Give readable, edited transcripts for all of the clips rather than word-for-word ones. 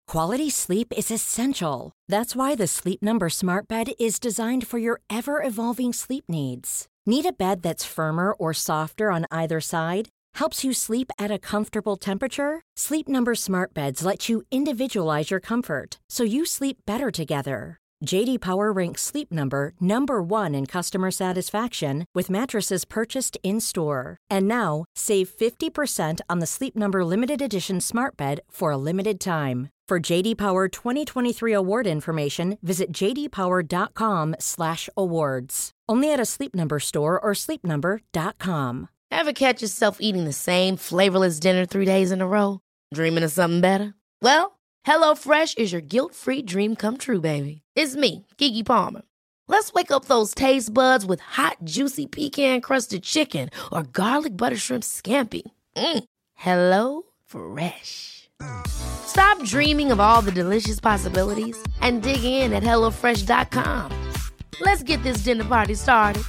Quality sleep is essential. That's why the Sleep Number Smart Bed is designed for your ever-evolving sleep needs. Need a bed that's firmer or softer on either side? Helps you sleep at a comfortable temperature? Sleep Number Smart Beds let you individualize your comfort, so you sleep better together. J.D. Power ranks Sleep Number #1 in customer satisfaction with mattresses purchased in-store. And now, save 50% on the Sleep Number Limited Edition Smart Bed for a limited time. For J.D. Power 2023 award information, visit jdpower.com/awards. Only at a Sleep Number store or sleepnumber.com. Ever catch yourself eating the same flavorless dinner 3 days in a row? Dreaming of something better? Well, HelloFresh is your guilt-free dream come true, baby. It's me, Keke Palmer. Let's wake up those taste buds with hot, juicy pecan-crusted chicken or garlic butter shrimp scampi. Hello Fresh. Stop dreaming of all the delicious possibilities and dig in at HelloFresh.com. Let's get this dinner party started.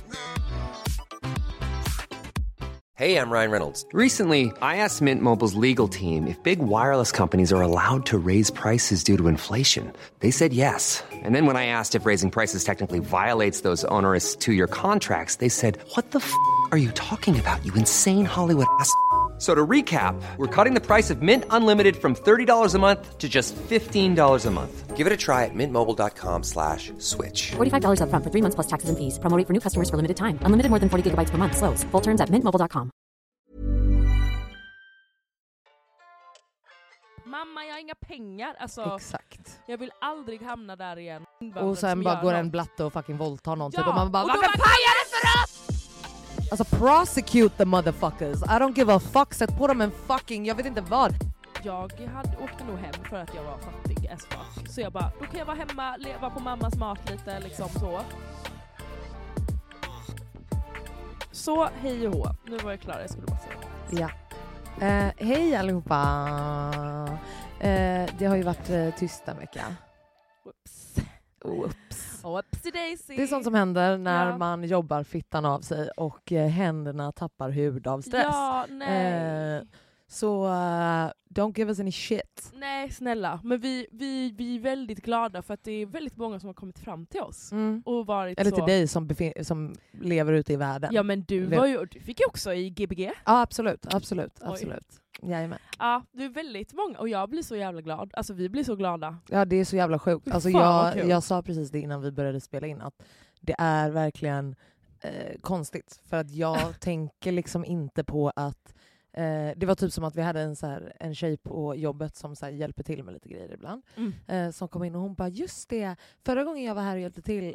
Hey, I'm Ryan Reynolds. Recently, I asked Mint Mobile's legal team if big wireless companies are allowed to raise prices due to inflation. They said yes. And then when I asked if raising prices technically violates those onerous 2-year contracts, they said, "What the f*** are you talking about, you insane Hollywood ass?" So to recap, we're cutting the price of Mint Unlimited from $30 a month to just $15 a month. Give it a try at mintmobile.com/switch. $45 up front for 3 months plus taxes and fees. Promo rate for new customers for limited time. Unlimited more than 40 gigabytes per month. Slows full terms at mintmobile.com. Mamma, jag har inga pengar. Alltså, exakt. Jag vill aldrig hamna där igen. Och sen bara går en blatte och fucking våldtar någon. Ja, typ, och man bara, och varför pajar det för oss? Alltså prosecute the motherfuckers. I don't give a fuck. Sätt på dem en fucking, jag vet inte vad. Jag åkte nog hem för att jag var fattig as fuck. Så jag bara, då kan jag vara hemma, leva på mammas mat lite liksom så. Så hej och hå. Nu var jag klar, jag skulle bara säga. Ja. Hej allihopa. Det har ju varit tyst en vecka. Whoops. Whoops. Daisy. Det är sånt som händer när man jobbar fittan av sig och händerna tappar hud av stress. Ja, nej. Så don't give us any shit. Nej, snälla. Men vi är väldigt glada för att det är väldigt många som har kommit fram till oss. Och varit eller så... till dig som lever ute i världen. Ja, men du fick ju också i GBG. Ja, absolut. Jajamän. Ja, det är väldigt många och jag blir så jävla glad. Alltså vi blir så glada. Ja, det är så jävla sjukt. Alltså jag sa precis det innan vi började spela in att det är verkligen konstigt. För att jag tänker liksom inte på att det var typ som att vi hade en tjej på jobbet som så här hjälper till med lite grejer ibland. Som kom in och hon bara, just det, förra gången jag var här och hjälpte till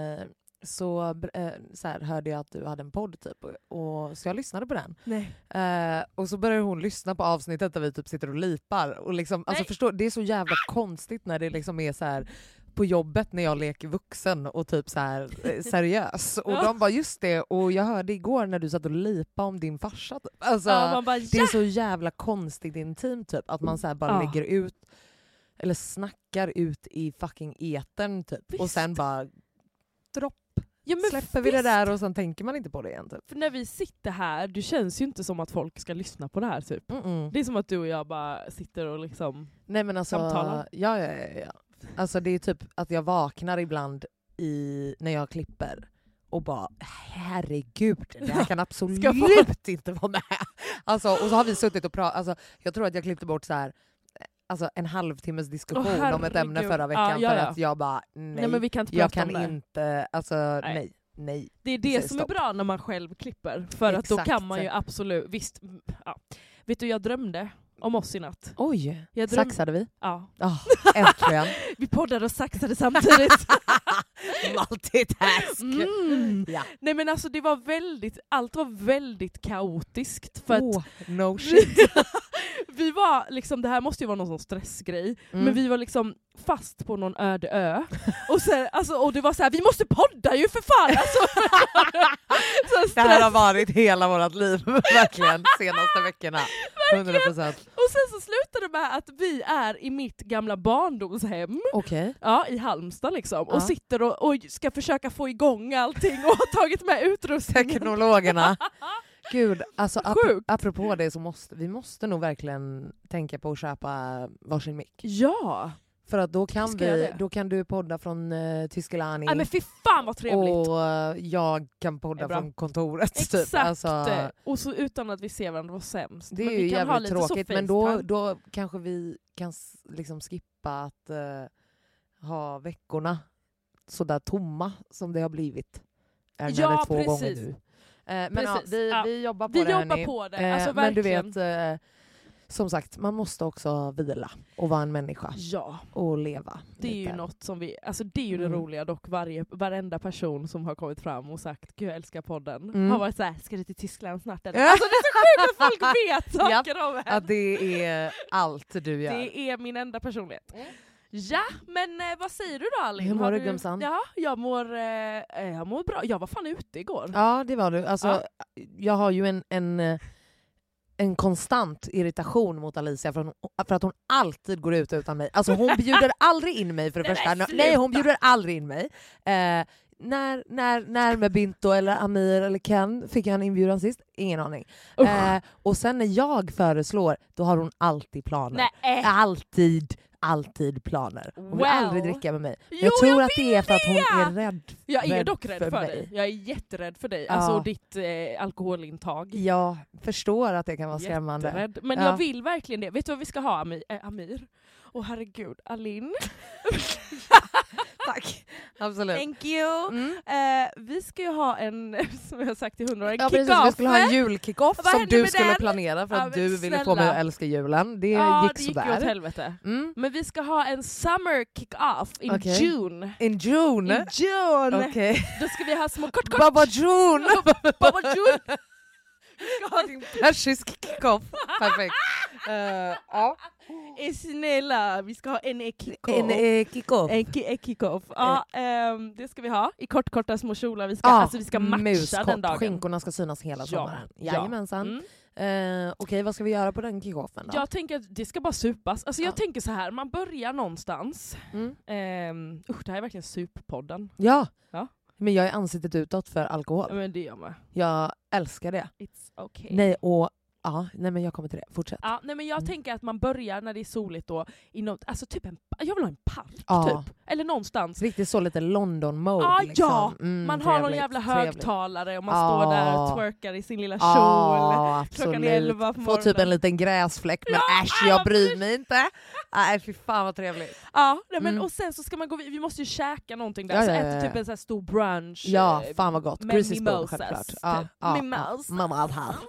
så här, hörde jag att du hade en podd typ, och så jag lyssnade på den. Och så började hon lyssna på avsnittet där vi typ sitter och lipar och liksom, alltså förstå, det är så jävla konstigt när det liksom är så här på jobbet när jag leker vuxen och typ så här seriös. Och de bara, just det, och jag hörde igår när du satt och lipa om din farsa typ. Alltså, man bara, det är så jävla konstigt intimt typ, att man så här bara lägger ut eller snackar ut i fucking etern typ. Visst. Och sen bara dropp. Ja, men släpper vi det där och sen tänker man inte på det igen typ. För när vi sitter här, det känns ju inte som att folk ska lyssna på det här typ. Det är som att du och jag bara sitter och liksom samtalar. Ja. Alltså det är typ att jag vaknar ibland när jag klipper och bara, herregud, det här kan absolut inte vara med. Alltså, och så har vi suttit och pratat, alltså, jag tror att jag klippte bort så här, alltså en halvtimmes diskussion om ett ämne förra veckan för att jag bara, nej men vi kan inte prata om det. Inte, alltså nej. Det är det som är bra när man själv klipper, för att då kan man ju absolut, visst, vet du, jag drömde om oss i natt. Oj, saxade vi? Ja. Äntligen. Vi poddade och saxade samtidigt. Multitask. Ja. Nej men alltså allt var väldigt kaotiskt för att no shit. Vi var liksom, det här måste ju vara någon sån stressgrej, men vi var liksom fast på någon öde ö och, sen, alltså, och det var så här, vi måste podda ju för fan alltså. Det här har varit hela vårt liv verkligen senaste veckorna. 100%. Och sen så slutade det med att vi är i mitt gamla barndomshem. Ja, i Halmstad liksom. Och sitter och ska försöka få igång allting och har tagit med utrustningen. Teknologerna. gud, alltså Sjukt. apropå det så måste nog verkligen tänka på att köpa varsin mick. Ja. För att då kan du podda från Tyskland. Nej men fy fan vad trevligt. Och jag kan podda från kontoret. Exakt. Typ. Alltså, och så utan att vi ser varandra var sämst. det är ju jävligt tråkigt. Men då kanske vi kan liksom skippa att ha veckorna sådär tomma som det har blivit. När det är 2 gånger nu. Men vi jobbar på det. Vi jobbar på det. Alltså, men du verkligen. vet, som sagt, man måste också vila och vara en människa. Ja. Och leva. Det är ju något som vi, alltså det är ju det roliga dock, varenda person som har kommit fram och sagt gud jag älskar podden har varit såhär, ska du till Tyskland snart eller? Alltså det är så sjukt att folk vet saker om en. Att det är allt du gör. Det är min enda personlighet. Ja, men vad säger du då Alin? Hur mår du Gumsan? Ja, jag mår bra. Jag var fan ute igår. Ja, det var du. Alltså, jag har ju en konstant irritation mot Alicia för att hon alltid går ut utan mig. Alltså hon bjuder aldrig in mig för det första. Nej, hon bjuder aldrig in mig. När med Binto eller Amir eller Ken fick jag en inbjudan sist? Ingen aning. Och sen när jag föreslår, då har hon alltid planer. Nej. Alltid planer. Hon vill aldrig dricka med mig. Jag tror att det är för att hon är rädd. Jag är dock rädd för mig. dig. Jag är jätterädd för dig. Alltså ditt alkoholintag. Jag förstår att det kan vara skrämmande. Jätterädd. Men jag vill verkligen det. Vet du vad vi ska ha, Amir? Åh herregud, Alin. Tack. Absolut. Thank you. Vi ska ju ha en, som jag har sagt till 100 år, en kick-off. Precis, vi skulle ha en julkick-off som du skulle planera för att du ville få mig att älska julen. Det gick sådär. Det gick ju åt helvete. Men vi ska ha en summer kick-off in June. In June? Okay. Då ska vi ha små kort. Baba June! Baba June! Vi ska ha din persisk kick-off. Perfekt. Ja. Snälla, vi ska ha en kick-off. En kick-off. Ja, det ska vi ha. I korta små kjolar. Vi ska matcha den dagen. Skinkorna ska synas hela sommaren. Jajamensan. Okej, vad ska vi göra på den kick-offen då? Jag tänker att det ska bara supas. Alltså jag tänker så här, man börjar någonstans. Det här är verkligen suppodden. Ja. Men jag är ansiktet utåt för alkohol. Men det gör man. Jag älskar det. It's okay. Nej, men jag kommer till det. Fortsätt. Ja, nej, men jag tänker att man börjar när det är soligt då. Alltså typ jag vill ha en park typ. Eller någonstans. Riktigt så lite London-mode. Liksom. Man har någon jävla högtalare och man står där och twerkar i sin lilla kjol. Klockan 11 på morgonen. Får typ en liten gräsfläck. Men jag bryr mig inte. Nej, fy fan vad trevligt. Ja, men och sen så ska man gå vi måste ju käka någonting där. Så äta typ en sån här stor brunch. Ja, fan vad gott. Med mimosas. Mimosas.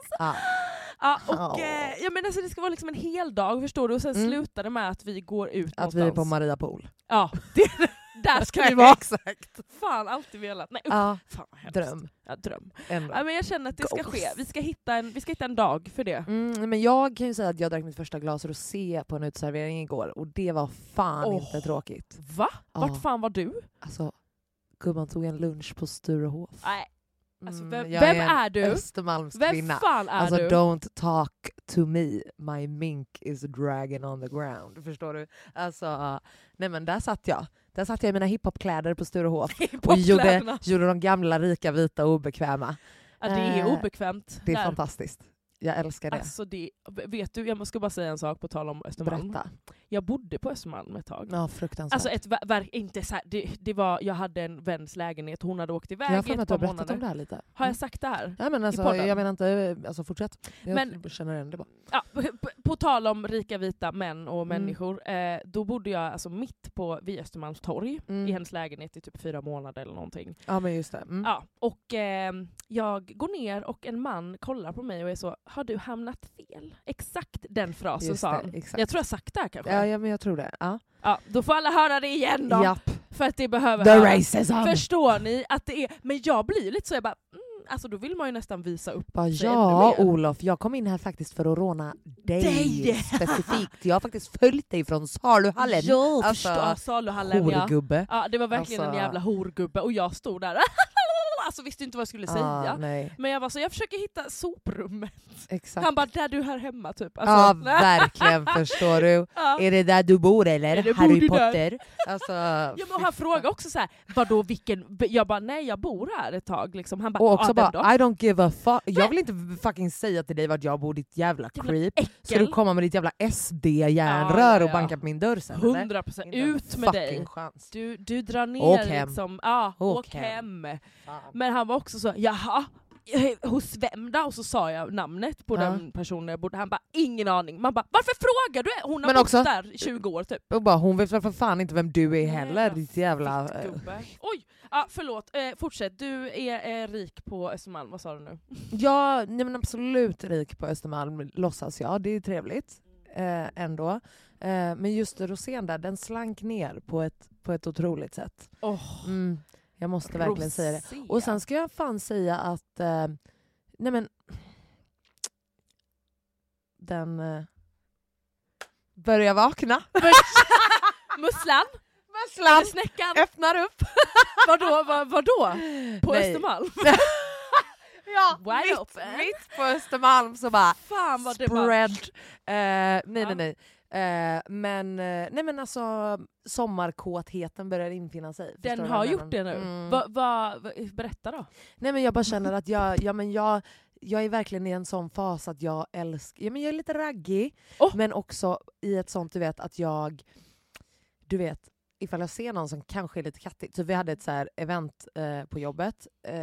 Ja, och men alltså det ska vara liksom en hel dag, förstår du? Och sen slutar det med att vi går ut någonstans. Att vi är på Maria Pool. Ja, där ska vi vara. Exakt. Fan, alltid velat. Nej, fan vad hemskt. Dröm. Ja, dröm. Ja, men jag känner att det ska ske. Vi ska hitta en dag för det. Men jag kan ju säga att jag drack mitt första glas rosé på en uteservering igår. Och det var fan inte tråkigt. Va? Vart fan var du? Alltså, gumman tog en lunch på Sturehof. Nej. Alltså, vem är du? Östermalmskvinna. Vem fan är alltså, du? Don't talk to me. My mink is dragging on the ground. Förstår du? Alltså, nej men där satt jag. Där satt jag i mina hiphopkläder på Sturehof. Och gjorde de gamla, rika, vita och obekväma. Ja, det är obekvämt. Det är fantastiskt. Jag älskar det. Alltså vet du, jag ska bara säga en sak på tal om Östermalm. Berätta. Jag bodde på Östermalm ett tag. Ja, fruktansvärt. Alltså inte så här, det var, jag hade en väns lägenhet, hon hade åkt iväg i ett par månader. Jag har berättat om det här lite. Har jag sagt det här? Ja, men alltså, jag menar inte, alltså fortsätt. Jag känner igen det bara. Ja, på tal om rika vita män och människor, då bodde jag alltså mitt vid Östermalms torg i hennes lägenhet i typ 4 månader eller någonting. Ja, men just det. Ja, och jag går ner och en man kollar på mig och är så, har du hamnat fel? Exakt den frasen sa han. Exakt. Jag tror jag sagt det här kanske. Ja, men jag tror det. Ja, då får alla höra det igen då. Japp. För att det behöver The höra. Racism. Förstår ni att det är... Men jag blir lite så, jag bara... alltså då vill man ju nästan visa upp sig. Ja, Olof, jag kom in här faktiskt för att råna dig specifikt. Jag har faktiskt följt dig från Saluhallen. Jag förstår, Saluhallen, horgubbe. Ja, det var verkligen en jävla horgubbe. Och jag stod där. alltså visste inte vad jag skulle säga. Nej. Men jag var så, jag försöker hitta soprummet. Exakt. Han bara, där du hör hemma typ. Alltså, verkligen, förstår du. Är det där du bor eller? Harry Potter? Alltså, men han frågade också så här, vadå vilken? Jag bara, nej jag bor här ett tag. Liksom. Han bara, och också bara, I don't give a fuck. Jag vill inte fucking säga till dig vart jag bor, ditt jävla creep. Ska du komma med ditt jävla SD-järnrör och banka på min dörr sen? 100% ut med dig. Chans. Du drar ner liksom. Åk hem. Men han var också så, jaha, hos vem då? Och så sa jag namnet på den personen jag bodde. Han bara, ingen aning. Man bara, varför frågar du? Hon har bott där 20 år typ. Och bara, hon vet för fan inte vem du är heller, ditt jävla... Oj, förlåt. Fortsätt. Du är rik på Östermalm, vad sa du nu? Ja, nej men absolut rik på Östermalm, låtsas jag. Det är trevligt ändå. Men just rosén där, den slank ner på ett otroligt sätt. Jag måste verkligen säga det. Och sen ska jag fan säga att nej men den börjar vakna. Musslan? Snäckan? Öppnar upp. Vadå? På Östermalm? Ja, mitt på Östermalm så bara fan vad spread. Nej. Men alltså sommarkåtheten börjar infinna sig. Den har gjort det nu. Berätta då. Nej men jag bara känner att jag är verkligen i en sån fas att jag älskar, jag är lite raggig, men också i ett sånt att du vet, ifall jag ser någon som kanske är lite kattig. Så vi hade ett så här event på jobbet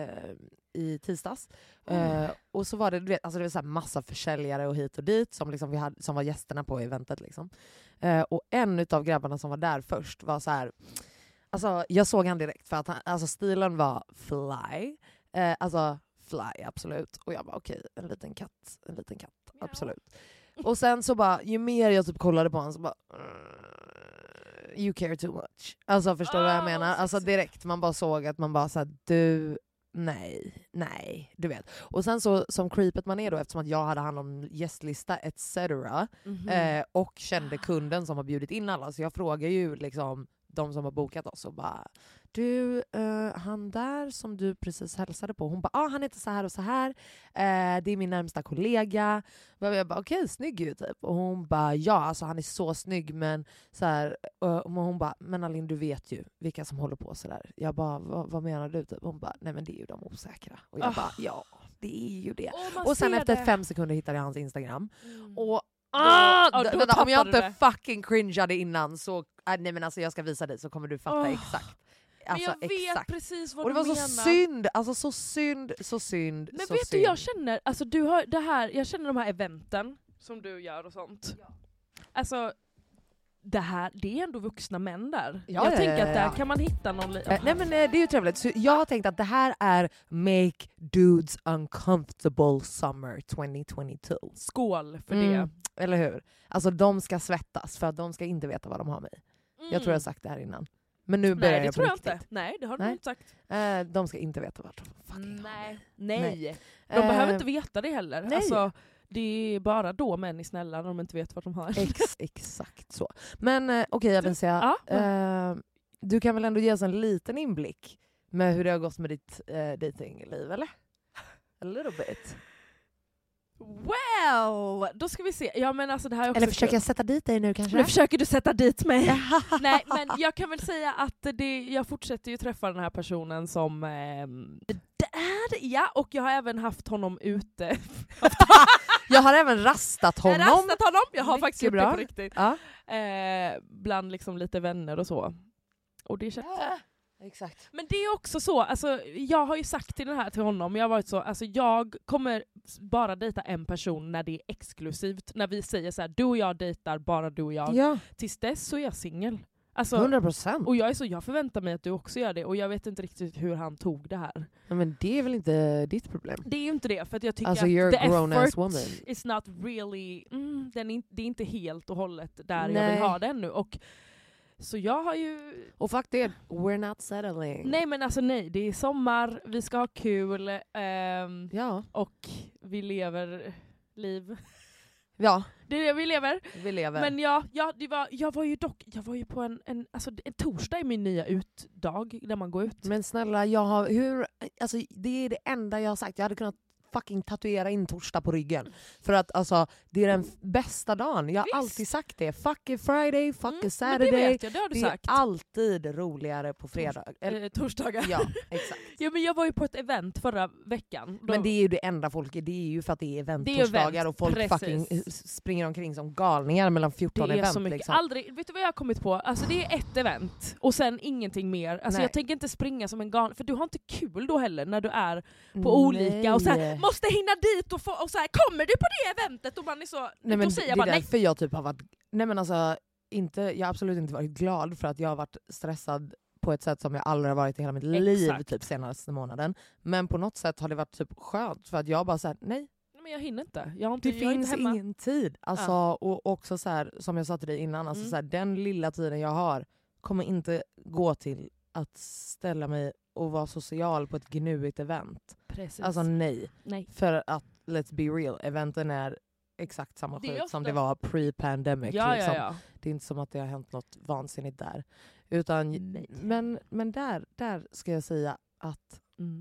i tisdags. Och så var det, du vet, alltså det var så här massa försäljare och hit och dit som, liksom som var gästerna på eventet. Liksom. Och en av grabbarna som var där först var så här... Alltså, jag såg han direkt för att stilen var fly. Fly, absolut. Och jag bara okej, en liten katt, absolut. Och sen så bara, ju mer jag typ kollade på honom så bara... You care too much. Alltså förstår du vad jag menar? Alltså direkt man bara såg att man bara såhär, du, nej, du vet. Och sen så som creepet man är då, eftersom att jag hade hand om gästlista etc. Och kände kunden som har bjudit in alla, så jag frågar ju liksom de som har bokat oss och bara, du, han där som du precis hälsade på, hon bara, han heter så här och så här, det är min närmsta kollega. Jag bara, okej, snygg ju typ. Och hon bara, ja alltså han är så snygg, men så här, och hon bara, men Alin, du vet ju vilka som håller på så där. Jag bara, vad menar du typ? Hon bara, nej men det är ju de osäkra. Och jag bara, ja, det är ju det. Och sen efter 5 sekunder hittade jag hans Instagram. Och om jag inte fucking cringeade innan så, nej men alltså jag ska visa dig så kommer du fatta exakt. Alltså, men jag vet precis vad du menar. Och det var så synd, alltså så synd. Men vet du, jag känner, alltså du har det här, jag känner de här eventen som du gör och sånt. Ja. Alltså det är ändå vuxna män där. Jag tänker att där kan man hitta någon... nej men det är ju trevligt. Så jag har tänkt att det här är Make Dudes Uncomfortable Summer 2022. Skål för det. Eller hur? Alltså de ska svettas för att de ska inte veta vad de har med. Jag tror jag har sagt det här innan. Men nu börjar jag på riktigt. Inte. Nej, det har du inte sagt. De ska inte veta vart de fucking Nej. De behöver inte veta det heller. Nej. Alltså, det är bara då män är snälla när de inte vet vart de har. Exakt så. Men okej, Alicia. Du kan väl ändå ge oss en liten inblick med hur det har gått med ditt datingliv, eller? A little bit. Well, då ska vi se. Ja, men alltså det här är också eller försöker jag sätta dit dig nu kanske? Nu försöker du sätta dit mig. Nej, men jag kan väl säga att jag fortsätter ju träffa den här personen som ja, och jag har även haft honom ute. Jag har även rastat honom. Jag har faktiskt gjort det på riktigt. Ja. Bland liksom lite vänner och så. Och det känns... Exakt. Men det är också så, alltså, jag har ju sagt till honom, jag har varit så, alltså, jag kommer bara dejta en person när det är exklusivt, när vi säger så här, du och jag dejtar, bara du och jag. Ja. Tills dess så är jag singel. Alltså, 100%. Och jag förväntar mig att du också gör det, och jag vet inte riktigt hur han tog det här. Men det är väl inte ditt problem? Det är ju inte det, för att jag tycker alltså, att the effort is not really, det är inte helt och hållet där jag vill ha det ännu. Och så jag har ju... Och faktiskt, we're not settling. Nej, men alltså nej, det är sommar, vi ska ha kul, och vi lever liv. Ja. Det är det vi lever. Vi lever. Men jag var ju på en torsdag i min nya utdag där man går ut. Men snälla, det är det enda jag har sagt. Jag hade kunnat fucking tatuera in torsdag på ryggen. För att alltså, det är den bästa dagen. Jag har alltid sagt det. Fuck a Friday, fuck a Saturday. Men det vet jag, det har du sagt. Det är alltid roligare på fredag. Torsdagar. Ja, exakt. Ja, men jag var ju på ett event förra veckan. Men det är ju det enda folket, det är ju för att det är event-torsdagar och folk fucking springer omkring som galningar mellan 14 event. Det är så mycket. Liksom. Vet du vad jag har kommit på? Alltså det är ett event och sen ingenting mer. Alltså jag tänker inte springa som en galning, för du har inte kul då heller när du är på olika och så här, måste hinna dit och så här, kommer du på det eventet? Och man är så, nej, men då säger jag bara nej. För jag typ har varit, nej men alltså jag har absolut inte varit glad för att jag har varit stressad på ett sätt som jag aldrig har varit i hela mitt liv typ senaste månaden. Men på något sätt har det varit typ skönt för att jag bara såhär, nej. Men jag hinner inte. Det finns ingen tid. Alltså, och också så här, som jag sa till dig innan, alltså, så här, den lilla tiden jag har kommer inte gå till att ställa mig och vara social på ett gnuigt event. Precis. Alltså nej. För att, let's be real, eventen är exakt samma skit som det var pre-pandemic. Ja, liksom. ja. Det är inte som att det har hänt något vansinnigt där. Utan, men där ska jag säga att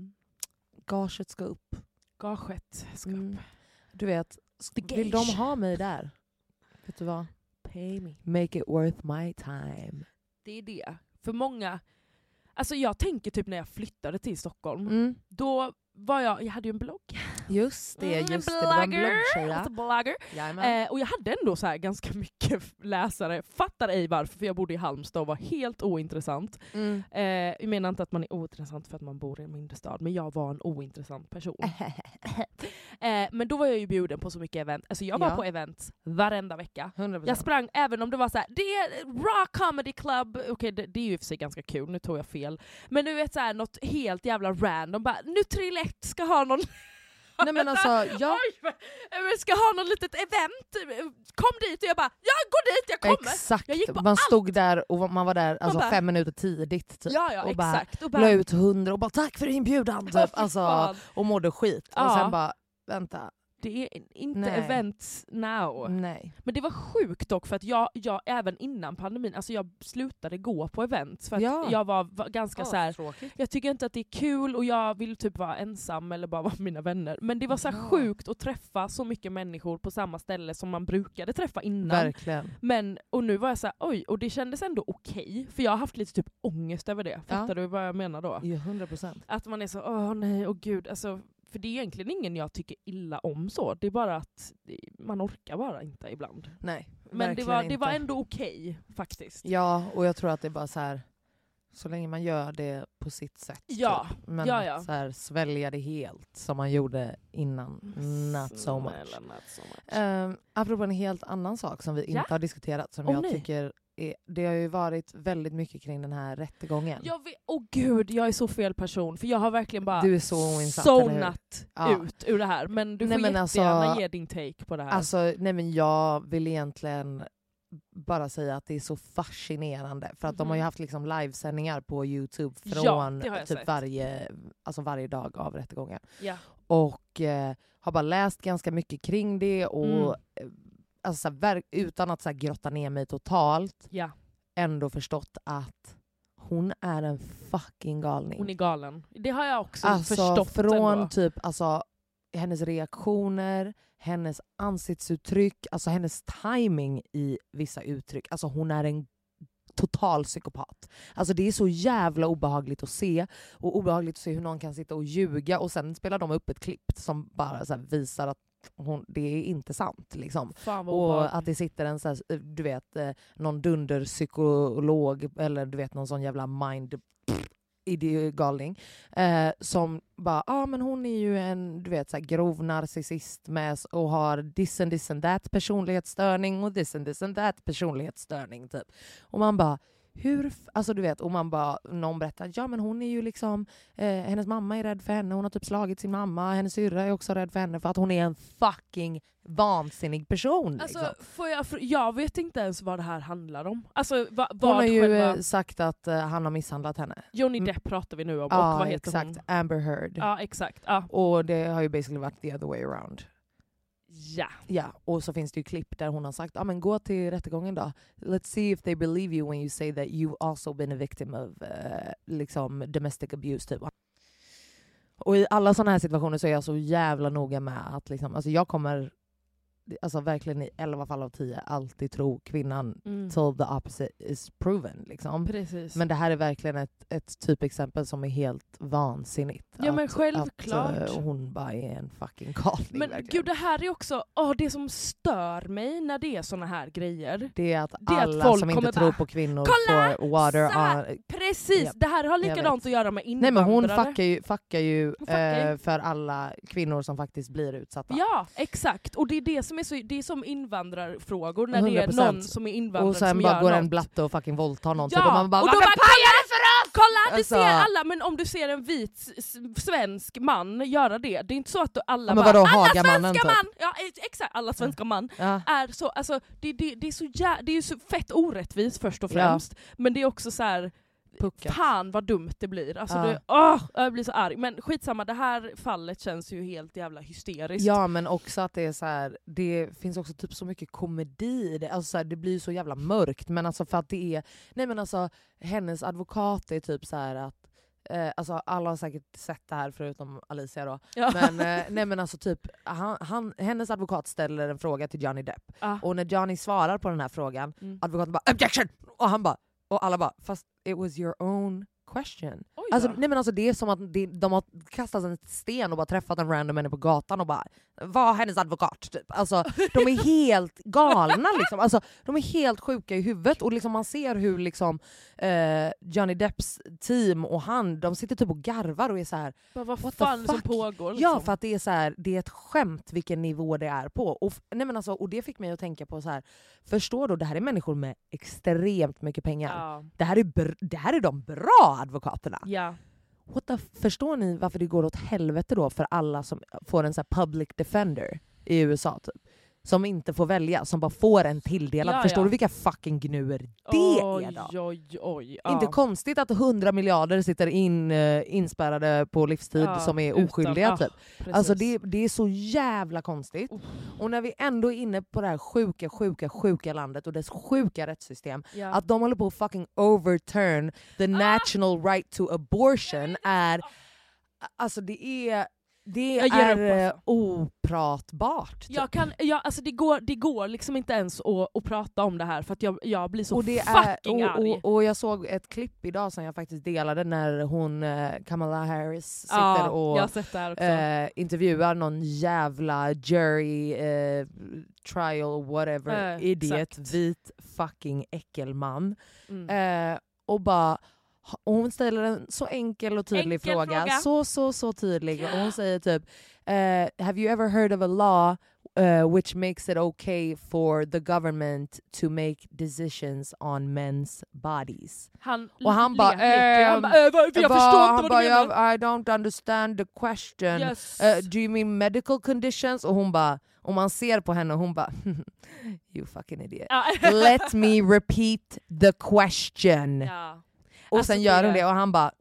gaget ska upp. Gaget ska upp. Du vet, vill de ha mig där? Vet du vad? Pay me. Make it worth my time. Det är det. För många... Alltså jag tänker typ när jag flyttade till Stockholm, då var jag hade ju en blogg. Just det, det var en bloggtjeja. Blogger. Och jag hade ändå så här ganska mycket läsare. Fattar ej varför, för jag bodde i Halmstad och var helt ointressant. Jag menar inte att man är ointressant för att man bor i en mindre stad, men jag var en ointressant person. Men då var jag ju bjuden på så mycket event. Alltså jag var på event varenda vecka. 100%. Jag sprang, även om det var så här, det är Raw Comedy Club. Okej, det är ju för sig ganska kul, nu tog jag fel. Men du vet så här, något helt jävla random. Bara, nu Trillett ska ha någon... Nej men alltså, jag ska ha något litet event. Kom dit och jag bara, jag går dit, jag kommer. Exakt, jag gick på man stod där och man var där alltså bara, 5 minuter tidigt typ. Ja, och exakt. Och bara la ut 100 och bara tack för inbjudan typ. Alltså, och mådde skit. Och sen bara, vänta. Det är inte events now. Nej. Men det var sjukt dock, för att jag även innan pandemin, alltså jag slutade gå på events för att jag var ganska så här. Tråkigt. Jag tycker inte att det är kul och jag vill typ vara ensam eller bara vara med mina vänner. Men det var så här sjukt att träffa så mycket människor på samma ställe som man brukade träffa innan. Verkligen. Men, och nu var jag så här, oj, och det kändes ändå okej. För jag har haft lite typ ångest över det. Fattar du vad jag menar då? Ja, 100%. Att man är så, nej, gud, alltså. För det är egentligen ingen jag tycker illa om så. Det är bara att man orkar bara inte ibland. Nej, men det var ändå okej, faktiskt. Ja, och jag tror att det är bara så här, så länge man gör det på sitt sätt. Ja, typ. Men att så här, svälja det helt som man gjorde innan. Not so much. Apropå en helt annan sak som vi inte har diskuterat, som jag tycker det har ju varit väldigt mycket kring den här rättegången. Gud, jag är så fel person. För jag har verkligen bara zonat ut ur det här. Men du får jättegärna ge din take på det här. Alltså, nej men jag vill egentligen bara säga att det är så fascinerande. För att de har ju haft liksom livesändningar på YouTube från typ varje dag av rättegången. Ja. Och har bara läst ganska mycket kring det och alltså, utan att så här, grotta ner mig totalt, ändå förstått att hon är en fucking galning. Hon är galen. Det har jag också förstått. Från ändå. Typ hennes reaktioner, hennes ansiktsuttryck, alltså hennes timing i vissa uttryck. Alltså hon är en total psykopat. Alltså det är så jävla obehagligt att se. Och obehagligt att se hur någon kan sitta och ljuga och sen spelar de upp ett klipp som bara så här, visar att det är inte sant liksom. Och att det sitter en så här, du vet, någon dunderpsykolog eller du vet någon sån jävla galning som bara, men hon är ju en, du vet, så här, grov narcissist med och har this and that personlighetsstörning och this and that personlighetsstörning typ. Och man bara, alltså du vet, och man bara, någon berättar, men hon är ju liksom, hennes mamma är rädd för henne, hon har typ slagit sin mamma, hennes syrra är också rädd för henne för att hon är en fucking vansinnig person. Alltså, liksom. Jag vet inte ens vad det här handlar om. Alltså, hon har ju sagt att han har misshandlat henne. Johnny Depp pratar vi nu om, och vad heter exakt, hon? Amber Heard. Ja, exakt. Och det har ju basically varit the other way around. Ja, och så finns det ju klipp där hon har sagt men gå till rättegången då. Let's see if they believe you when you say that you've also been a victim of liksom domestic abuse typ. Och i alla sådana här situationer så är jag så jävla noga med att liksom, alltså jag kommer verkligen i 11 fall av 10 alltid tro kvinnan till the opposite is proven. Liksom. Precis. Men det här är verkligen ett typexempel som är helt vansinnigt. Ja men självklart. Att hon bara är en fucking galning. Men verkligen. gud, det här är också det som stör mig när det är såna här grejer. Det är att alla att som inte tror på kvinnor får water on. Precis, yep. Det här har likadant att göra med invandrare. Nej men hon fuckar ju för alla kvinnor som faktiskt blir utsatta. Ja, exakt. Och det är det som är så, det är som invandrarfrågor när 100%. Det är någon som är invandrare och sen som bara gör går något. en blatte och fucking våldtar någon. Ja, typ, och man bara, och då bara kolla, det alltså. ser alla, men om du ser en vit svensk man göra det är inte så att alla men bara, vadå, alla Hagamannen, svenska typ. man, ja exakt, alla svenska man är så, alltså det är ju så fett orättvist först och främst, men det är också så här. Puckat. Fan vad dumt det blir. Alltså jag blir så arg. Men skitsamma, det här fallet känns ju helt jävla hysteriskt. Ja, men också att det är så här, det finns också typ så mycket komedi i det. Alltså så här, det blir ju så jävla mörkt, men alltså för att det är hennes advokat är typ så här att alltså alla har säkert sett det här förutom Alicia då. Ja. Men alltså typ hennes advokat ställer en fråga till Johnny Depp. Och när Johnny svarar på den här frågan, advokaten bara objection! Och han bara, och alla bara, fast it was your own question. Alltså, nej men alltså det är som att de har kastat en sten och bara träffat en random människa på gatan och bara, var hennes advokat typ. Alltså de är helt galna liksom. Alltså de är helt sjuka i huvudet och liksom man ser hur liksom Johnny Depps team och de sitter typ och garvar och är så här, vad fan som pågår liksom. Ja, för att det är så här, det är ett skämt vilken nivå det är på. Och nej men alltså, och det fick mig att tänka på så här, förstår du, det här är människor med extremt mycket pengar. Ja. Det här är de bra advokaterna. Ja. Förstår ni varför det går åt helvete då för alla som får en så här public defender i USA typ? Som inte får välja, som bara får en tilldelad. Förstår du vilka fucking gnuer det är då? Oj. Inte konstigt att 100 miljarder sitter inspärrade på livstid som är oskyldiga typ. Alltså det är så jävla konstigt. Och när vi ändå är inne på det här sjuka landet och dess sjuka rättssystem, att de håller på att fucking overturn the national right to abortion är, alltså det är opratbart. Typ. Alltså det går liksom inte ens att prata om det här för att jag blir så fucking arg. Och jag såg ett klipp idag som jag faktiskt delade när hon Kamala Harris sitter och intervjuar någon jävla jury trial whatever idiot vit fucking äckelman. Och bara hon ställer en så enkel och tydlig fråga. Så tydlig. Och hon säger typ have you ever heard of a law which makes it okay for the government to make decisions on men's bodies? Han bara jag förstår inte vad du menar. I don't understand the question. Yes. Do you mean medical conditions? Och hon bara, om man ser på henne och hon bara you fucking idiot. Let me repeat the question. Och alltså, sen gör hon det och han bara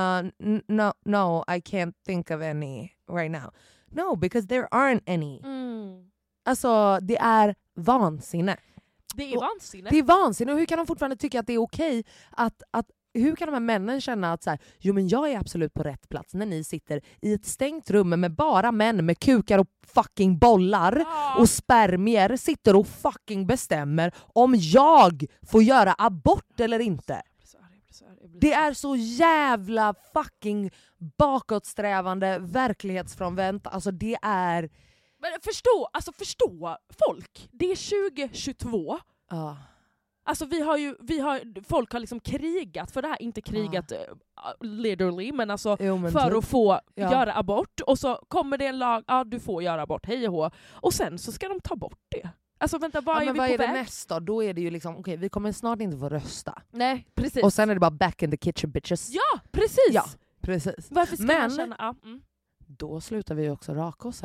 no, I can't think of any right now. No, because there aren't any. Alltså det är vansinne. Det är vansinne. Och hur kan de fortfarande tycka att det är okej att hur kan de här männen känna att så här, jo men jag är absolut på rätt plats när ni sitter i ett stängt rum med bara män med kukar och fucking bollar och spermier sitter och fucking bestämmer om jag får göra abort eller inte. Det är så jävla fucking bakåtsträvande, verklighetsfrånvänt. Alltså det är... Men förstå folk. Det är 2022. Alltså folk har liksom krigat för det här, inte krigat literally, men alltså för att få göra abort. Och så kommer det en lag, du får göra abort, hej och hå. Och sen så ska de ta bort det. Alltså vänta, vad är det nästa? Då är det ju liksom, okej, vi kommer snart inte få rösta. Nej, precis. Och sen är det bara back in the kitchen bitches. Ja, precis. Ja, precis. Varför ska man känna... Då slutar vi ju också raka oss, eller?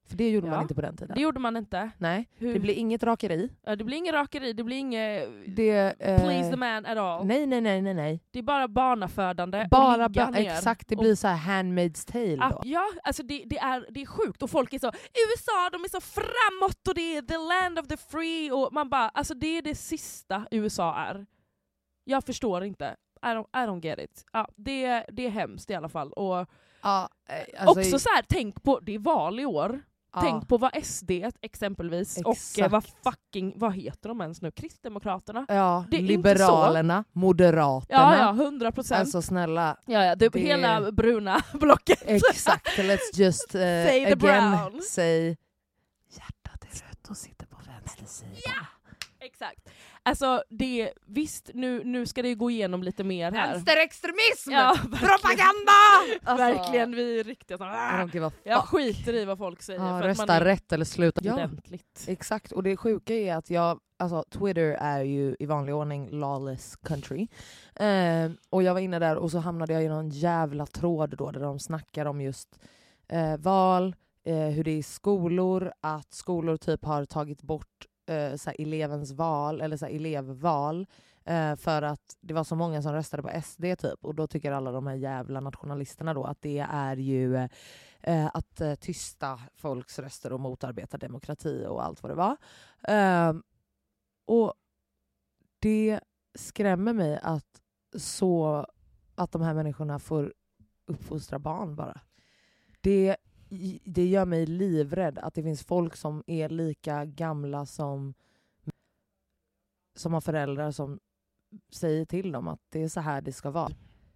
För det gjorde man inte på den tiden. Det gjorde man inte. Nej, det blir inget rakeri. Ja, det blir inget rakeri, det blir inget please the man at all. Nej. Det är bara barnafödande bara och ligga ner. Exakt, det blir så här Handmaid's Tale då. Ja, alltså det är sjukt och folk är så, USA, de är så framåt och det är the land of the free och man bara, alltså det är det sista USA är. Jag förstår inte. I don't get it. Ja, det är hemskt i alla fall. Och alltså, också så här, tänk på, det är val i år. Tänk på vad SD exempelvis och vad heter de ens nu? Kristdemokraterna? Ja, Liberalerna, Moderaterna. Ja, 100%. Alltså snälla. Ja, det är hela bruna blocket. Exakt, let's just say again brown. say hjärtat är rött och sitter på vänster sida. Ja, exakt. Alltså visst, nu ska det gå igenom lite mer här. Vänsterextremism! Ja, propaganda! Alltså, verkligen, vi är riktigt jag skiter i vad folk säger. Ja, för rösta att man är rätt eller sluta. ordentligt. Exakt, och det sjuka är att Twitter är ju i vanlig ordning lawless country. Och jag var inne där och så hamnade jag i någon jävla tråd då där de snackar om just val, hur det är i skolor, att skolor typ har tagit bort så här elevens val eller så här elevval för att det var så många som röstade på SD typ, och då tycker alla de här jävla nationalisterna då att det är ju att tysta folks röster och motarbeta demokrati och allt vad det var. Och det skrämmer mig att de här människorna får uppfostra barn bara. Det gör mig livrädd att det finns folk som är lika gamla som har föräldrar som säger till dem att det är så här det ska vara.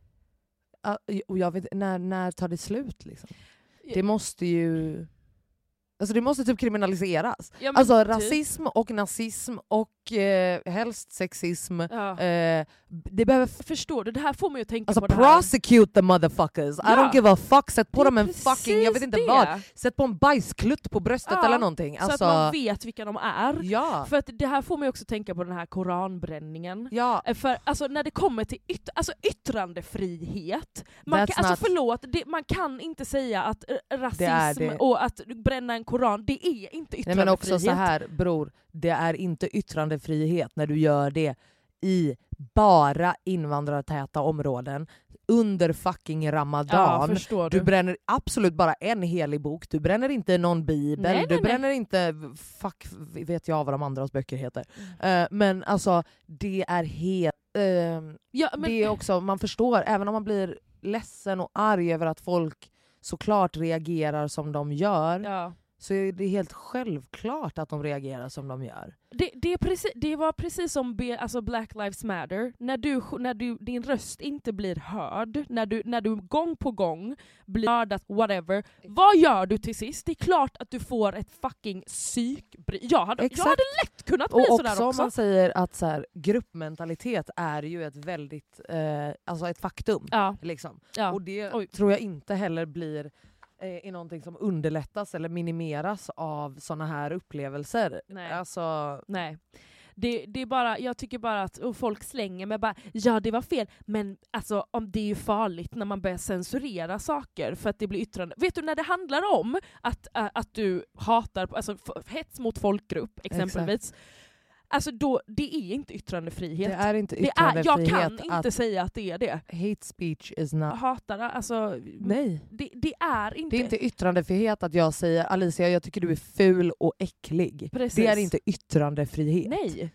Och jag vet, när tar det slut liksom? Det måste ju... Alltså det måste typ kriminaliseras. Ja, alltså rasism och nazism och helst sexism. Ja. Det behöver... Förstår du? Det här får man ju tänka alltså på det här. Prosecute the motherfuckers. Ja. I don't give a fuck. Sätt på dem en fucking, jag vet inte vad. Sätt på en bajsklutt på bröstet eller någonting. Alltså... Så att man vet vilka de är. Ja. För att det här får man ju också tänka på den här koranbränningen. Ja. För alltså när det kommer till yttrandefrihet. Man kan inte säga att rasism och att bränna en koran, det är inte yttrandefrihet. Nej, men också så här, bror, det är inte yttrandefrihet när du gör det i bara invandrartäta områden under fucking Ramadan. Ja, du bränner absolut bara en helig bok. Du bränner inte någon bibel. Du bränner inte vet jag vad de andras böcker heter. Men alltså det är helt det är också, man förstår, även om man blir ledsen och arg över att folk såklart reagerar som de gör. Ja. Så är det helt självklart att de reagerar som de gör. Det var precis som alltså Black Lives Matter. När din röst inte blir hörd, när du gång på gång blir hörd, whatever. Vad gör du till sist? Det är klart att du får ett fucking psykbry. Jag hade lätt kunnat bli sådär också. Och man säger att så här, gruppmentalitet är ju ett väldigt alltså ett faktum. Ja. Liksom. Ja. Och det tror jag inte heller blir är någonting som underlättas eller minimeras av såna här upplevelser. Nej. Alltså... Nej. Det är bara, jag tycker bara att folk slänger med bara, ja det var fel, men alltså om det är ju farligt när man börjar censurera saker för att det blir yttrande. Vet du, när det handlar om att du hatar, alltså hets mot folkgrupp exempelvis. Exakt. Alltså då, det är inte yttrandefrihet. Det är inte yttrandefrihet. Jag kan inte säga att det är det. Hate speech is not... Hatar, alltså... Nej. Det är inte... Det är inte yttrandefrihet att jag säger Alicia, jag tycker du är ful och äcklig. Precis. Det är inte yttrandefrihet. Nej.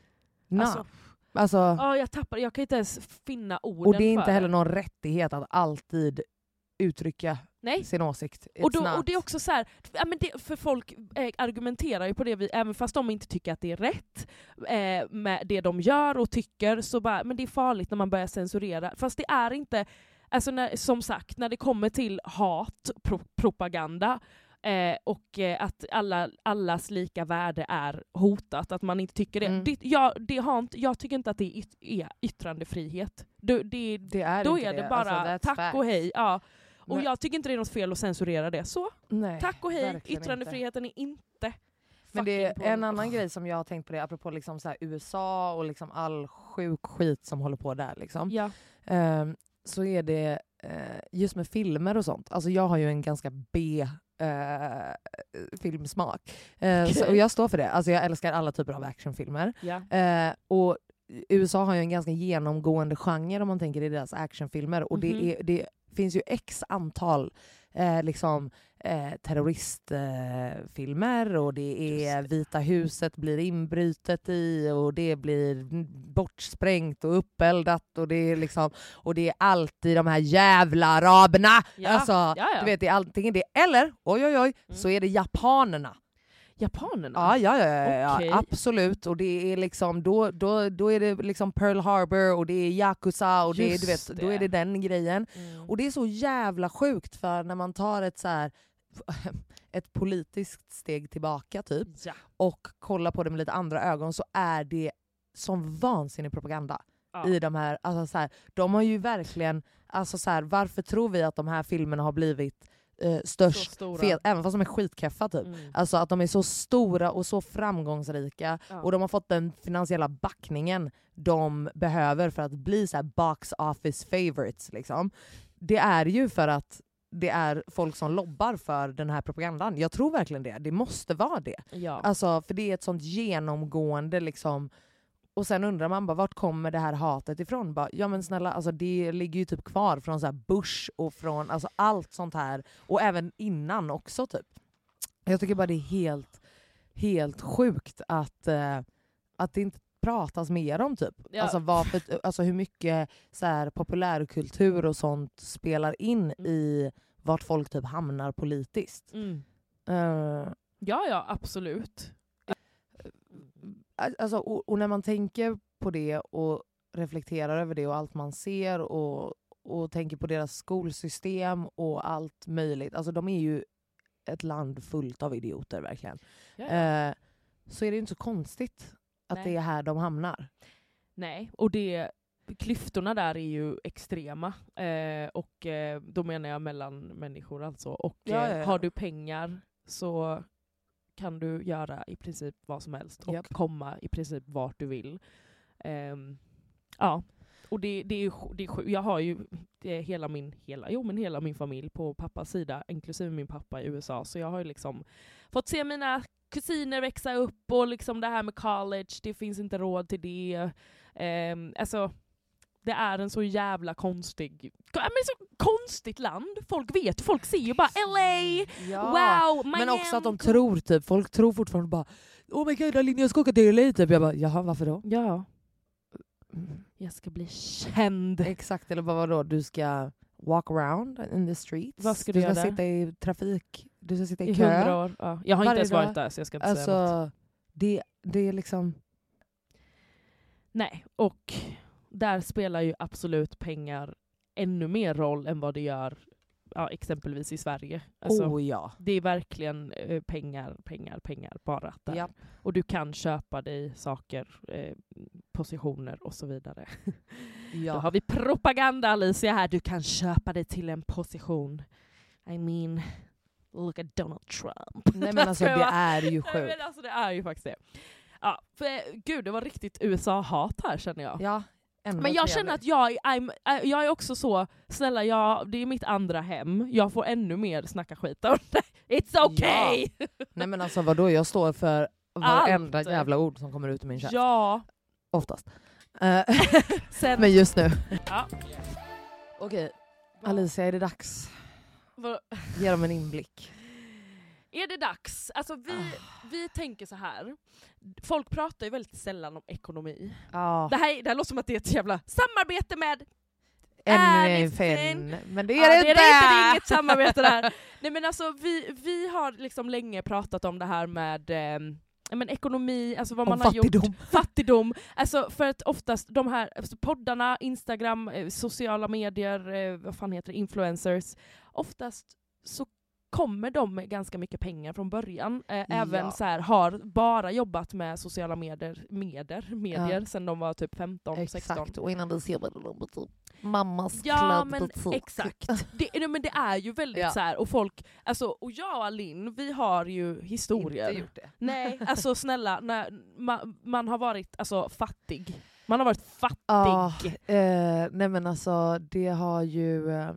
Alltså, jag kan inte ens finna orden. Och det är inte heller någon rättighet att alltid uttrycka sin åsikt. Och det är också så här, för folk argumenterar ju på det, även fast de inte tycker att det är rätt med det de gör och tycker, så bara, men det är farligt när man börjar censurera. Fast det är inte, alltså som sagt, när det kommer till hatpropaganda och att allas lika värde är hotat, att man inte tycker det. Jag tycker inte att det är yttrandefrihet. Då är det bara alltså, tack facts. Och hej. Ja. Och jag tycker inte det är något fel att censurera det. Så, tack och hej. Yttrandefriheten är inte. Men det är en annan grej som jag har tänkt på det, apropå liksom så här USA och liksom all sjuk skit som håller på där. Liksom. Ja. Så är det just med filmer och sånt. Alltså jag har ju en ganska filmsmak. Och jag står för det. Alltså jag älskar alla typer av actionfilmer. Yeah. Och USA har ju en ganska genomgående genre om man tänker i deras actionfilmer. Och det finns ju x antal terroristfilmer och det är Vita huset blir inbrytet i och det blir bortsprängt och uppeldat och det är liksom och det är alltid de här jävla araberna. Alltså, du vet, det är antingen det eller så är det japanerna. Japanerna? Ja, okay. Absolut. Och det är liksom då är det liksom Pearl Harbor och det är Yakuza och det är, du vet, då är det den grejen. Och det är så jävla sjukt för när man tar ett politiskt steg tillbaka typ och kollar på det med lite andra ögon så är det som vansinnig propaganda i de här, alltså så här, de har ju verkligen, alltså så här, varför tror vi att de här filmerna har blivit störst, fel, även fast de är skitkeffa typ. Alltså att de är så stora och så framgångsrika och de har fått den finansiella backningen de behöver för att bli så här box office favorites liksom. Det är ju för att det är folk som lobbar för den här propagandan. Jag tror verkligen det. Det måste vara det. Ja. Alltså, för det är ett sånt genomgående liksom. Och sen undrar man bara, vart kommer det här hatet ifrån? Bara, ja men snälla, alltså det ligger ju typ kvar från så här Bush och från alltså allt sånt här. Och även innan också typ. Jag tycker bara det är helt sjukt att det inte pratas mer om typ. Ja. Alltså hur mycket så här populärkultur och sånt spelar in i vart folk typ hamnar politiskt. Ja, absolut. Alltså, och när man tänker på det och reflekterar över det och allt man ser och tänker på deras skolsystem och allt möjligt. Alltså de är ju ett land fullt av idioter verkligen. Ja. Så är det ju inte så konstigt att det är här de hamnar. Nej, och klyftorna där är ju extrema. Och då menar jag mellan människor alltså. Och har du pengar så kan du göra i princip vad som helst och komma i princip vart du vill. Och jag har ju hela min familj på pappas sida, inklusive min pappa i USA, så jag har ju liksom fått se mina kusiner växa upp och liksom det här med college, det finns inte råd till det. Alltså det är en så jävla konstigt land. Folk ser ju bara LA, wow, Miami. Men också att de tror typ, folk tror fortfarande bara oh my god, jag ska åka till LA typ. Jag bara, jaha, varför då? Ja. Jag ska bli känd. Exakt, eller vadå? Du ska walk around in the streets. Vad ska du göra? Sitta i trafik. Du ska sitta i kö. 100 år. Ja. Jag har inte ens varit där så jag ska inte säga något. Det är liksom... Nej, och där spelar ju absolut pengar ännu mer roll än vad det gör exempelvis i Sverige. Alltså, det är verkligen pengar bara där. Ja. Och du kan köpa dig saker, positioner och så vidare. Ja. Då har vi propaganda, Alicia, här. Du kan köpa dig till en position. I mean, look at Donald Trump. Nej men alltså det är ju sjukt. Nej men alltså det är ju faktiskt det. Ja, för gud, det var riktigt USA-hat här känner jag. Ja. Men jag känner att jag är också så, snälla, det är mitt andra hem. Jag får ännu mer snacka skit om det. It's okay! Ja. Nej men alltså vadå, jag står för varenda jävla ord som kommer ut i min käft. Ja. Oftast. Men just nu. Ja. Okej, Alicia, är det dags? Ge dem en inblick. Är det dags? Alltså vi tänker så här. Folk pratar ju väldigt sällan om ekonomi. Det här låter som att det är ett jävla samarbete med FN. Men det är det inte. Det är inget samarbete där. Nej men alltså vi har liksom länge pratat om det här med ekonomi, alltså vad man har gjort. Fattigdom. Alltså för att oftast de här poddarna, Instagram, sociala medier, vad fan heter det, influencers, oftast så kommer de med ganska mycket pengar från början. Även så här, har bara jobbat med sociala medier sedan de var typ 15-16. Exakt, och innan det ser man typ mammas klädbutik. Men exakt. Men det är ju väldigt så här, och folk, alltså, och jag och Alin, vi har ju historier. Inte gjort det. Nej, alltså snälla, när man har varit alltså fattig. Man har varit fattig. Nej men alltså, det har ju...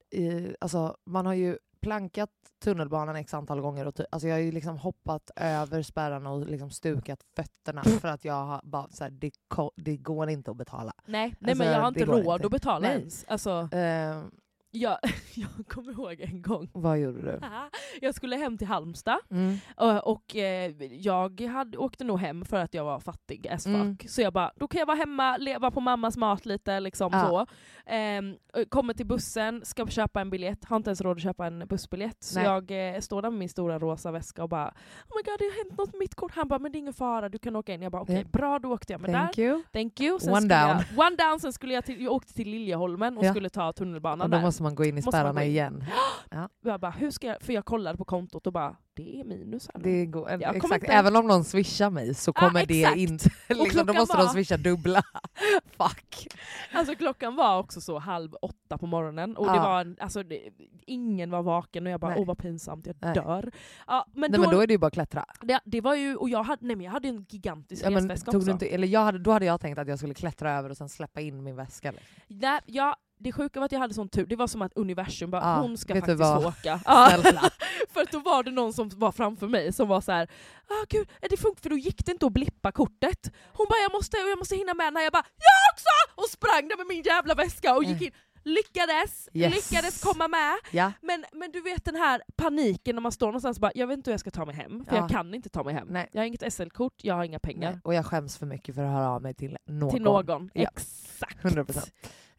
alltså man har ju plankat tunnelbanan x antal gånger och alltså jag har ju liksom hoppat över spärrarna och liksom stukat fötterna för att jag har bara så här, det går inte att betala. Nej, alltså, men jag har inte råd inte att betala Nej. ens. Alltså, jag kommer ihåg en gång. Vad gjorde du? Jag skulle hem till Halmstad och jag åkte nog hem för att jag var fattig as fuck. Så jag bara, då kan jag vara hemma, leva på mammas mat lite liksom så. Kommer till bussen, ska köpa en biljett, har inte ens råd att köpa en bussbiljett. Så jag står där med min stora rosa väska och bara, oh my god, det har hänt något med mitt kort. Han bara, men det är ingen fara, du kan åka in. Jag bara, okej, bra, då åkte jag med Thank you. Sen one down, sen skulle jag åkte till Liljeholmen och skulle ta tunnelbanan och då måste man gå in i spärrarna igen. Jag bara, hur ska jag, för jag kollade på kontot och bara, det är minus här. Det går, exakt, även om någon swishar mig så kommer det inte, liksom, då måste de swisha dubbla. Fuck. Alltså klockan var också så 7:30 på morgonen och det var ingen var vaken och jag bara, vad pinsamt, jag dör. Men då är det ju bara att klättra. Det var ju, och jag hade en gigantisk resväska också. Då hade jag tänkt att jag skulle klättra över och sen släppa in min väska. Det sjuka var att jag hade sån tur. Det var som att universum bara, hon ska faktiskt åka. För att då var det någon som var framför mig som var så här, gud, det funkar, för då gick det inte att blippa kortet. Hon bara, jag måste hinna med den här. Jag bara, jag också! Och sprang där med min jävla väska och gick in. Lyckades komma med. Ja. Men du vet den här paniken när man står någonstans och bara, jag vet inte hur jag ska ta mig hem. För jag kan inte ta mig hem. Nej. Jag har inget SL-kort, jag har inga pengar. Nej. Och jag skäms för mycket för att höra av mig till någon. Till någon, ja. Exakt. 100%.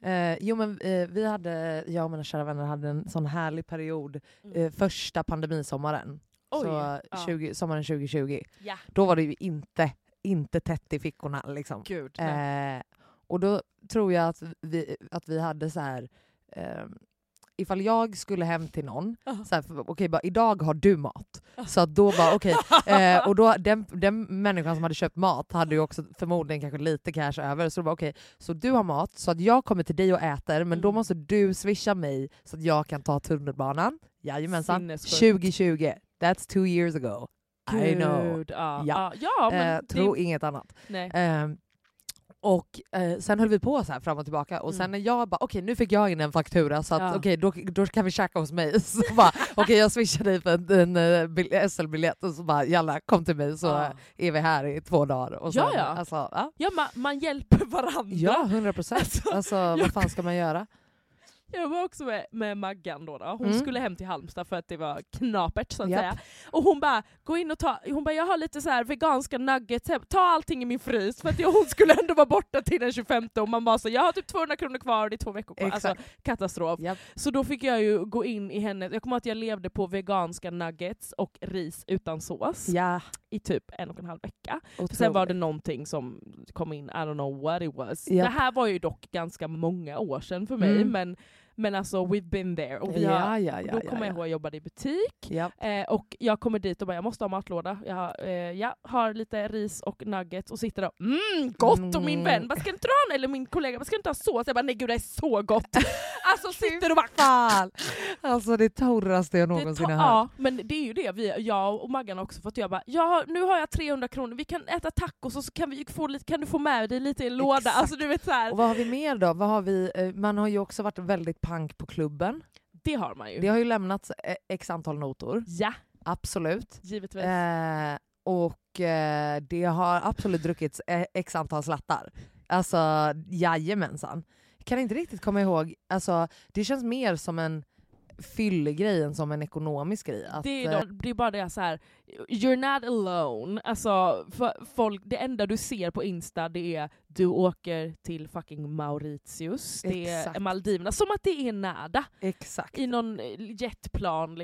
Vi hade, jag och mina kära vänner hade en sån härlig period första pandemisommaren. Sommaren 2020. Ja. Då var det ju inte tätt i fickorna liksom. Gud, och då tror jag att vi hade så här, ifall jag skulle hem till någon, så här, bara idag har du mat. Så att då bara och då den människan som hade köpt mat hade ju också förmodligen kanske lite cash över, så då bara så du har mat så att jag kommer till dig och äter, men då måste du swisha mig så att jag kan ta tunnelbanan. Jajamensan. 2020. That's 2 years ago. Gud, I know. Men tro inget annat. Och sen höll vi på så här fram och tillbaka och sen när jag bara nu fick jag in en faktura så att då kan vi käka hos mig, så bara jag swishar dig för en SL-biljett och så bara jalla, kom till mig så är vi här i 2 dagar och sen, man hjälper varandra. Ja, 100%. Alltså vad fan ska man göra? Jag var också med Maggan då. Hon skulle hem till Halmstad för att det var knapert så att säga. Och hon bara, gå in och jag har lite så här veganska nuggets, ta allting i min frys, för att hon skulle ändå vara borta till den 25 och man bara så, jag har typ 200 kronor kvar och det är 2 veckor kvar. Exakt. Alltså katastrof. Yep. Så då fick jag ju gå in i henne, jag kommer ihåg att jag levde på veganska nuggets och ris utan sås i typ 1,5 vecka. Sen var det någonting som kom in, I don't know what it was. Yep. Det här var ju dock ganska många år sedan för mig, men alltså we've been there. Och då kommer jag ihåg att jag jobbade i butik. Yep. Och jag kommer dit och bara, jag måste ha matlåda. Jag har lite ris och nuggets och sitter där. Gott! Och min vän bara, ska inte dra eller min kollega, ska inte ha sås? Jag bara, nej gud, det är så gott. Alltså sitter och bara, fan! Alltså det torraste jag någonsin har hört. Ja, men det är ju det. Jag och Maggan också fått. Jag bara, nu har jag 300 kronor. Vi kan äta tacos och så kan du få med dig lite i en låda. Alltså, du vet, så här. Och vad har vi mer då? Man har ju också varit väldigt pank på klubben. Det har man ju. Det har ju lämnats x antal notor. Ja. Absolut. Givetvis. Och det har absolut druckits x antal slattar. Alltså, jajamensan. Jag kan inte riktigt komma ihåg. Alltså, det känns mer som en fyllegrejen som en ekonomisk grej. Att, det är bara det så här, you're not alone. Alltså, för folk, det enda du ser på Insta, det är du åker till fucking Mauritius. Det är Maldiverna. Som att det är nära. Exakt. I någon jetplan.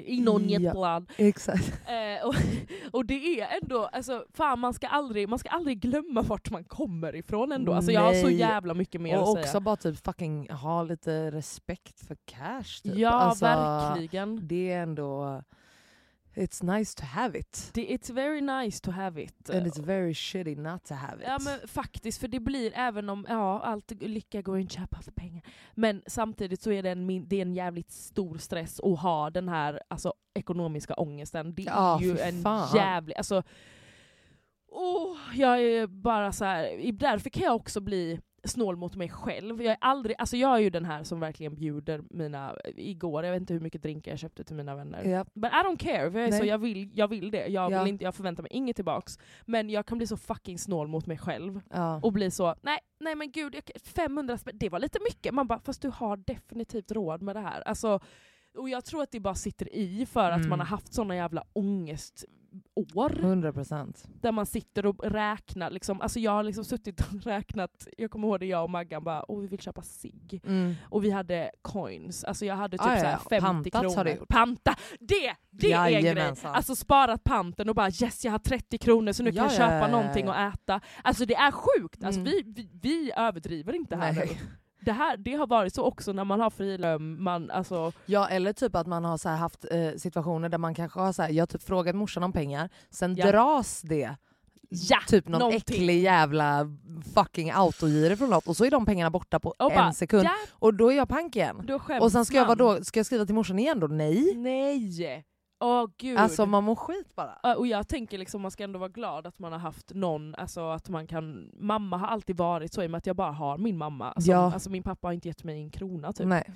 Exakt. Och det är ändå, alltså, fan, man ska aldrig glömma vart man kommer ifrån ändå. Alltså, jag har så jävla mycket mer att säga. Och också bara typ fucking ha lite respekt för cash. Typ. Ja, alltså, verkligen. Det är ändå... It's nice to have it. It's very nice to have it. And it's very shitty not to have it. Ja, men faktiskt, för det blir, även om allt lycka går inte köpa för pengar. Men samtidigt så är det en jävligt stor stress att ha den här ekonomiska ångesten. Det är ju en jävlig... Alltså, jag är bara så här, därför kan jag också bli... snål mot mig själv. Jag är ju den här som verkligen bjuder igår, jag vet inte hur mycket drinkar jag köpte till mina vänner. Yep. But I don't care, för jag vill det. Jag förväntar mig inget tillbaks. Men jag kan bli så fucking snål mot mig själv. Och bli så, nej men gud, 500 spänn, det var lite mycket. Man bara, fast du har definitivt råd med det här. Alltså, och jag tror att det bara sitter i för att man har haft såna jävla ångestår. 100%. Där man sitter och räknar. Liksom. Alltså jag har liksom suttit och räknat. Jag kommer ihåg det, jag och Maggan bara, vi vill köpa cigg. Och vi hade coins. Alltså jag hade typ såhär 50 Pantat kronor. Har du gjort. Panta! Det är en grej. Alltså sparat panten och bara yes, jag har 30 kronor så nu kan jag köpa någonting och äta. Alltså det är sjukt. Alltså vi överdriver inte här nu. Det har varit så också när man har frilön. Ja, eller typ att man har så här haft situationer där man kanske har så här, jag har typ frågat morsan om pengar, sen dras det typ någon äcklig jävla fucking autogiro från något och så är de pengarna borta på en sekund och då är jag pank igen. Och sen ska jag skriva till morsan igen då? Nej. Gud. Alltså man mår skit bara. Och jag tänker liksom man ska ändå vara glad att man har haft någon, alltså att man kan, mamma har alltid varit så i och med att jag bara har min mamma. Alltså min pappa har inte gett mig en krona typ. Nej.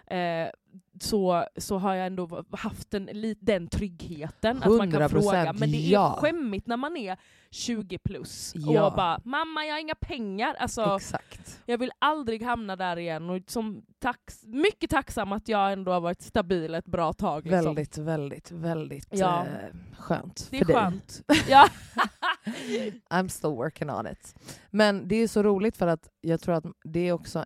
Så har jag ändå haft den tryggheten att man kan fråga. Men det är skämmigt när man är 20 plus och bara, mamma jag har inga pengar. Alltså, exakt. Jag vill aldrig hamna där igen och mycket tacksam att jag ändå har varit stabil ett bra tag. Liksom. Väldigt skönt. Det är för skönt. Dig. Ja. I'm still working on it. Men det är så roligt för att jag tror att det är också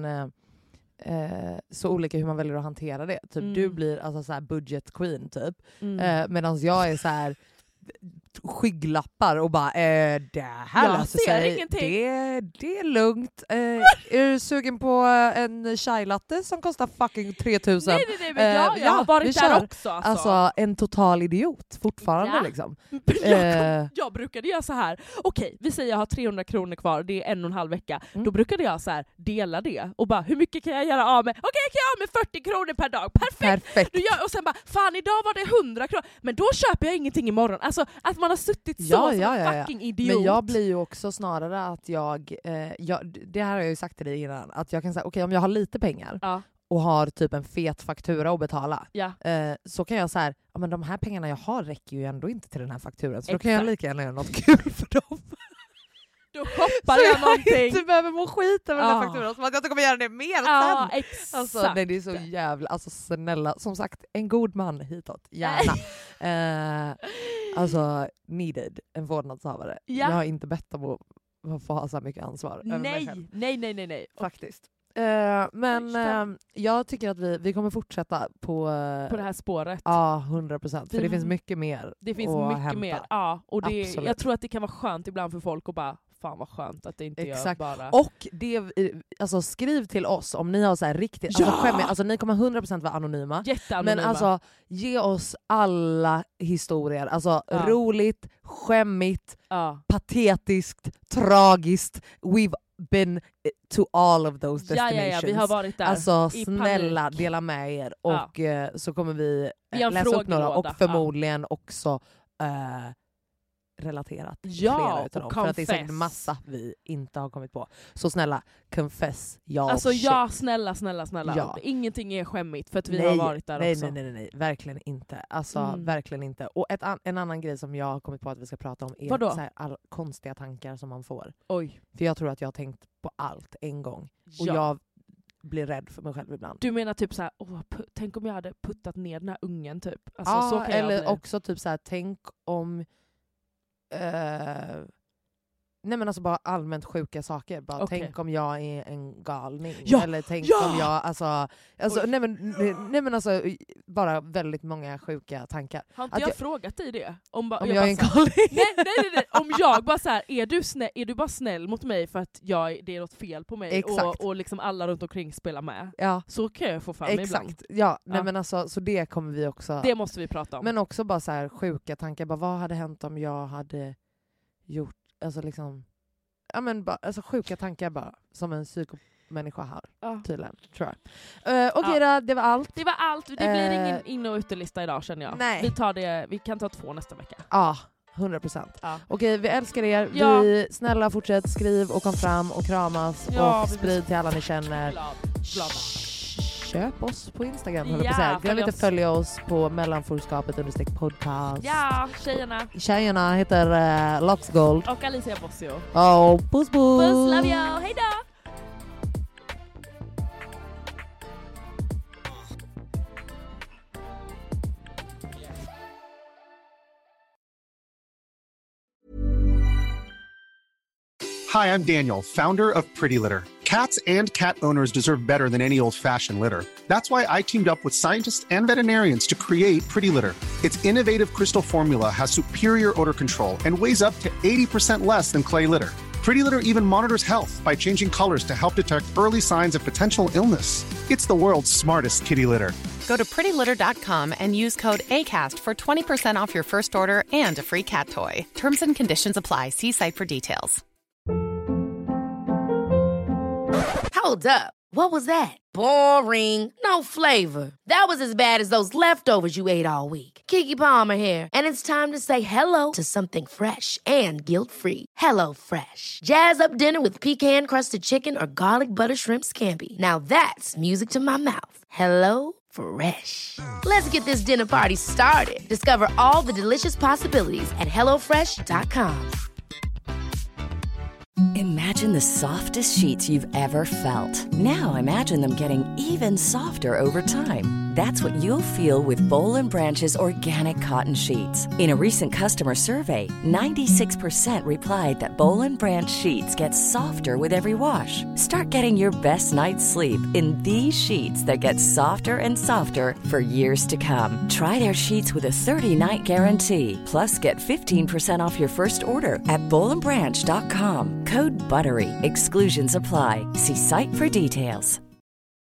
så olika hur man väljer att hantera det. Typ du blir alltså så här budget queen typ. Medan jag är så här skygglappar och bara det här löser sig. Det är lugnt. Är du sugen på en chai latte som kostar fucking 3000? Nej, men jag har varit där också. Alltså en total idiot fortfarande liksom. Jag brukade göra så här. Okej, vi säger jag har 300 kronor kvar, det är 1,5 vecka. Då brukade jag så här dela det och bara, hur mycket kan jag göra av med? Okej, jag kan göra av med 40 kronor per dag. Perfekt. Och sen bara, fan idag var det 100 kronor. Men då köper jag ingenting imorgon. Alltså att man har suttit som fucking idiot. Men jag blir ju också snarare att jag det här har jag ju sagt till dig innan, att jag kan säga okej, om jag har lite pengar och har typ en fet faktura att betala så kan jag så här, men de här pengarna jag har räcker ju ändå inte till den här fakturan, så då kan jag lika gärna göra något kul för dem. Då shoppar jag någonting. Jag inte behöver må skit över den här fakturan, som att jag inte kommer göra det mer sen. Exakt. Alltså, nej, det är så jävla, alltså snälla, som sagt, en god man hitåt, gärna. Alltså needed, en vårdnadshavare. Jag har inte bett om att få ha så mycket ansvar över mig själv. Nej. Faktiskt. Men jag tycker att vi kommer fortsätta på det här spåret. Ja, 100%. För det finns mycket mer. Det finns mycket mer. Ja, och jag tror att det kan vara skönt ibland för folk att bara, fan vad skönt att det inte gör bara. Och alltså skriv till oss om ni har så här riktigt alltså ni kommer 100% vara anonyma. Jätteanonyma. Men alltså ge oss alla historier. Alltså roligt, skämmigt, patetiskt, tragiskt. We've been to all of those destinations. Vi har varit där. Alltså snälla, dela med er och så kommer vi läsa upp några och förmodligen också relaterat till flera utav dem. För att det är säkert massa vi inte har kommit på. Så snälla, confess. Alltså snälla. Ja. Ingenting är skämmigt för att vi har varit där också. Nej, verkligen inte. Alltså verkligen inte. Och en annan grej som jag har kommit på att vi ska prata om är så här, alla konstiga tankar som man får. Oj. För jag tror att jag har tänkt på allt en gång. Och jag blir rädd för mig själv ibland. Du menar typ så här, tänk om jag hade puttat ner den här ungen typ. Alltså, så kan eller också typ så här, tänk om nej men alltså bara allmänt sjuka saker. Bara tänk om jag är en galning. Eller tänk om jag alltså nej men alltså bara väldigt många sjuka tankar. Har inte jag frågat dig det? Om jag är en galning? Nej. Om jag bara så här, är du bara snäll mot mig för att det är något fel på mig och liksom alla runt omkring spelar med. Ja. Så kan jag få fram ibland. Exakt. Ja, nej men alltså så det kommer vi också. Det måste vi prata om. Men också bara så här sjuka tankar, bara vad hade hänt om jag hade gjort alltså liksom alltså sjuka tankar bara som en psykomänniska har tydligen, tror jag. Okej då, det var allt. Det var allt. Det blir ingen in- och utelista idag känner jag. Nej. Vi kan ta 2 nästa vecka. Ja, 100%. Ja. Okej, vi älskar er. Ja. Vi snälla fortsätt skriv och kom fram och kramas och sprid till alla ni känner. Glada. Köp oss på Instagram. Glöm inte följa oss på mellanforskapet_podcast. Ja, tjejerna heter Loxgold och Alicia Bossio. Puss. Puss, love you. Hej då. Hi, I'm Daniel, founder of Pretty Litter. Cats and cat owners deserve better than any old-fashioned litter. That's why I teamed up with scientists and veterinarians to create Pretty Litter. Its innovative crystal formula has superior odor control and weighs up to 80% less than clay litter. Pretty Litter even monitors health by changing colors to help detect early signs of potential illness. It's the world's smartest kitty litter. Go to prettylitter.com and use code ACAST for 20% off your first order and a free cat toy. Terms and conditions apply. See site for details. Hold up. What was that? Boring. No flavor. That was as bad as those leftovers you ate all week. Keke Palmer here, and it's time to say hello to something fresh and guilt-free. Hello Fresh. Jazz up dinner with pecan-crusted chicken or garlic butter shrimp scampi. Now that's music to my mouth. Hello Fresh. Let's get this dinner party started. Discover all the delicious possibilities at hellofresh.com. Imagine the softest sheets you've ever felt. Now imagine them getting even softer over time. That's what you'll feel with Boll & Branch's organic cotton sheets. In a recent customer survey, 96% replied that Boll & Branch sheets get softer with every wash. Start getting your best night's sleep in these sheets that get softer and softer for years to come. Try their sheets with a 30-night guarantee. Plus, get 15% off your first order at bollandbranch.com. Code BUTTERY. Exclusions apply. See site for details.